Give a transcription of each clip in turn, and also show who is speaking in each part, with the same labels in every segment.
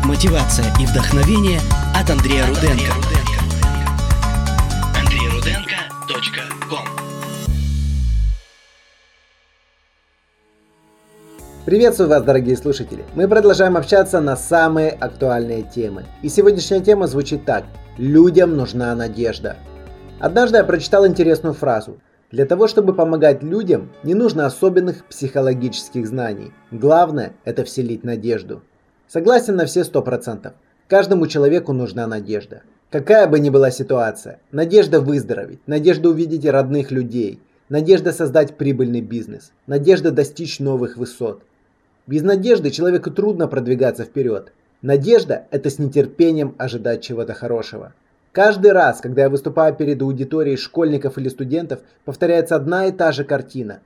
Speaker 1: Мотивация и вдохновение от Андрея Руденко. AndreyRudenko.com.
Speaker 2: Приветствую вас, дорогие слушатели! Мы продолжаем общаться на самые актуальные темы. И сегодняшняя тема звучит так: людям нужна надежда. Однажды я прочитал интересную фразу: для того, чтобы помогать людям, не нужно особенных психологических знаний. Главное – это вселить надежду. Согласен на все 100%. Каждому человеку нужна надежда. Какая бы ни была ситуация, надежда выздороветь, надежда увидеть родных людей, надежда создать прибыльный бизнес, надежда достичь новых высот. Без надежды человеку трудно продвигаться вперед. Надежда – это с нетерпением ожидать чего-то хорошего. Каждый раз, когда я выступаю перед аудиторией школьников или студентов, повторяется одна и та же картина.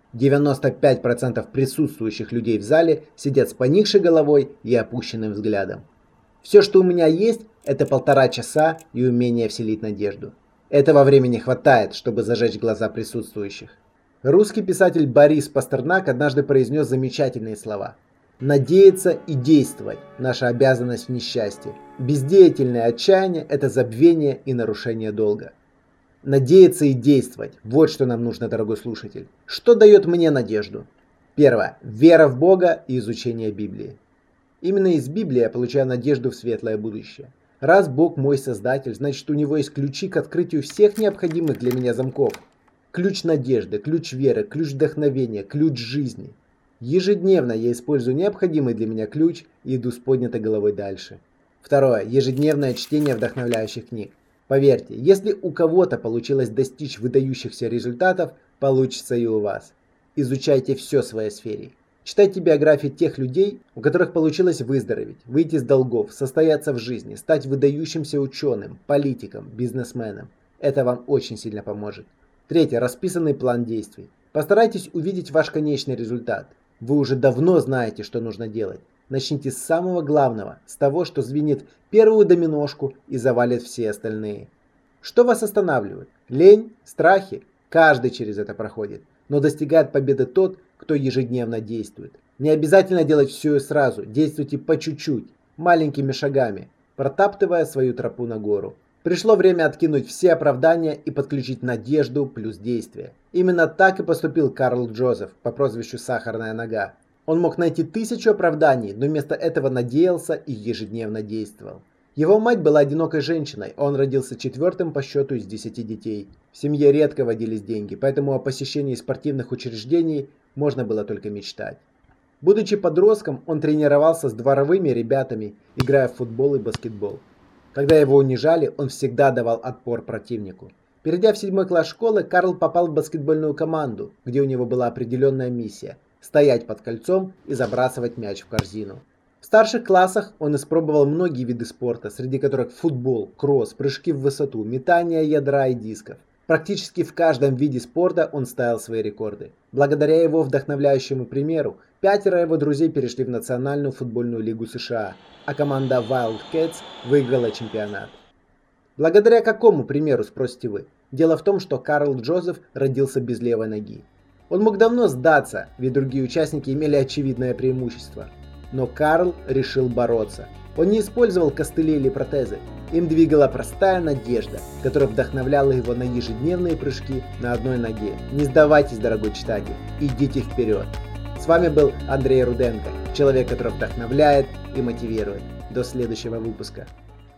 Speaker 2: 95% присутствующих людей в зале сидят с поникшей головой и опущенным взглядом. Все, что у меня есть, это 1,5 часа и умение вселить надежду. Этого времени хватает, чтобы зажечь глаза присутствующих. Русский писатель Борис Пастернак однажды произнес замечательные слова: «Надеяться и действовать – наша обязанность в несчастье. Бездеятельное отчаяние – это забвение и нарушение долга». Надеяться и действовать – вот что нам нужно, дорогой слушатель. Что дает мне надежду? Первое. Вера в Бога и изучение Библии. Именно из Библии я получаю надежду в светлое будущее. Раз Бог мой Создатель, значит, у Него есть ключи к открытию всех необходимых для меня замков. Ключ надежды, ключ веры, ключ вдохновения, ключ жизни. Ежедневно я использую необходимый для меня ключ и иду с поднятой головой дальше. Второе. Ежедневное чтение вдохновляющих книг. Поверьте, если у кого-то получилось достичь выдающихся результатов, получится и у вас. Изучайте все в своей сфере. Читайте биографии тех людей, у которых получилось выздороветь, выйти из долгов, состояться в жизни, стать выдающимся ученым, политиком, бизнесменом. Это вам очень сильно поможет. Третье. Расписанный план действий. Постарайтесь увидеть ваш конечный результат. Вы уже давно знаете, что нужно делать. Начните с самого главного, с того, что сдвинет первую доминошку и завалит все остальные. Что вас останавливает? Лень? Страхи? Каждый через это проходит. Но достигает победы тот, кто ежедневно действует. Не обязательно делать все и сразу. Действуйте по чуть-чуть, маленькими шагами, протаптывая свою тропу на гору. Пришло время откинуть все оправдания и подключить надежду плюс действие. Именно так и поступил Карл Джозеф по прозвищу «Сахарная нога». Он мог найти 1000 оправданий, но вместо этого надеялся и ежедневно действовал. Его мать была одинокой женщиной, он родился 4-м по счету из 10 детей. В семье редко водились деньги, поэтому о посещении спортивных учреждений можно было только мечтать. Будучи подростком, он тренировался с дворовыми ребятами, играя в футбол и баскетбол. Когда его унижали, он всегда давал отпор противнику. Перейдя в 7 класс школы, Карл попал в баскетбольную команду, где у него была определенная миссия – стоять под кольцом и забрасывать мяч в корзину. В старших классах он испробовал многие виды спорта, среди которых футбол, кросс, прыжки в высоту, метание ядра и дисков. Практически в каждом виде спорта он ставил свои рекорды. Благодаря его вдохновляющему примеру, 5 его друзей перешли в Национальную футбольную лигу США, а команда Wildcats выиграла чемпионат. Благодаря какому примеру, спросите вы? Дело в том, что Карл Джозеф родился без левой ноги. Он мог давно сдаться, ведь другие участники имели очевидное преимущество. Но Карл решил бороться. Он не использовал костыли или протезы. Им двигала простая надежда, которая вдохновляла его на ежедневные прыжки на одной ноге. Не сдавайтесь, дорогой читатель, идите вперед. С вами был Андрей Руденко, человек, который вдохновляет и мотивирует. До следующего выпуска.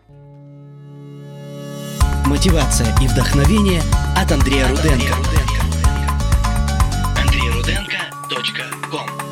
Speaker 1: Мотивация и вдохновение от Андрея Руденко. AndreyRudenko.com.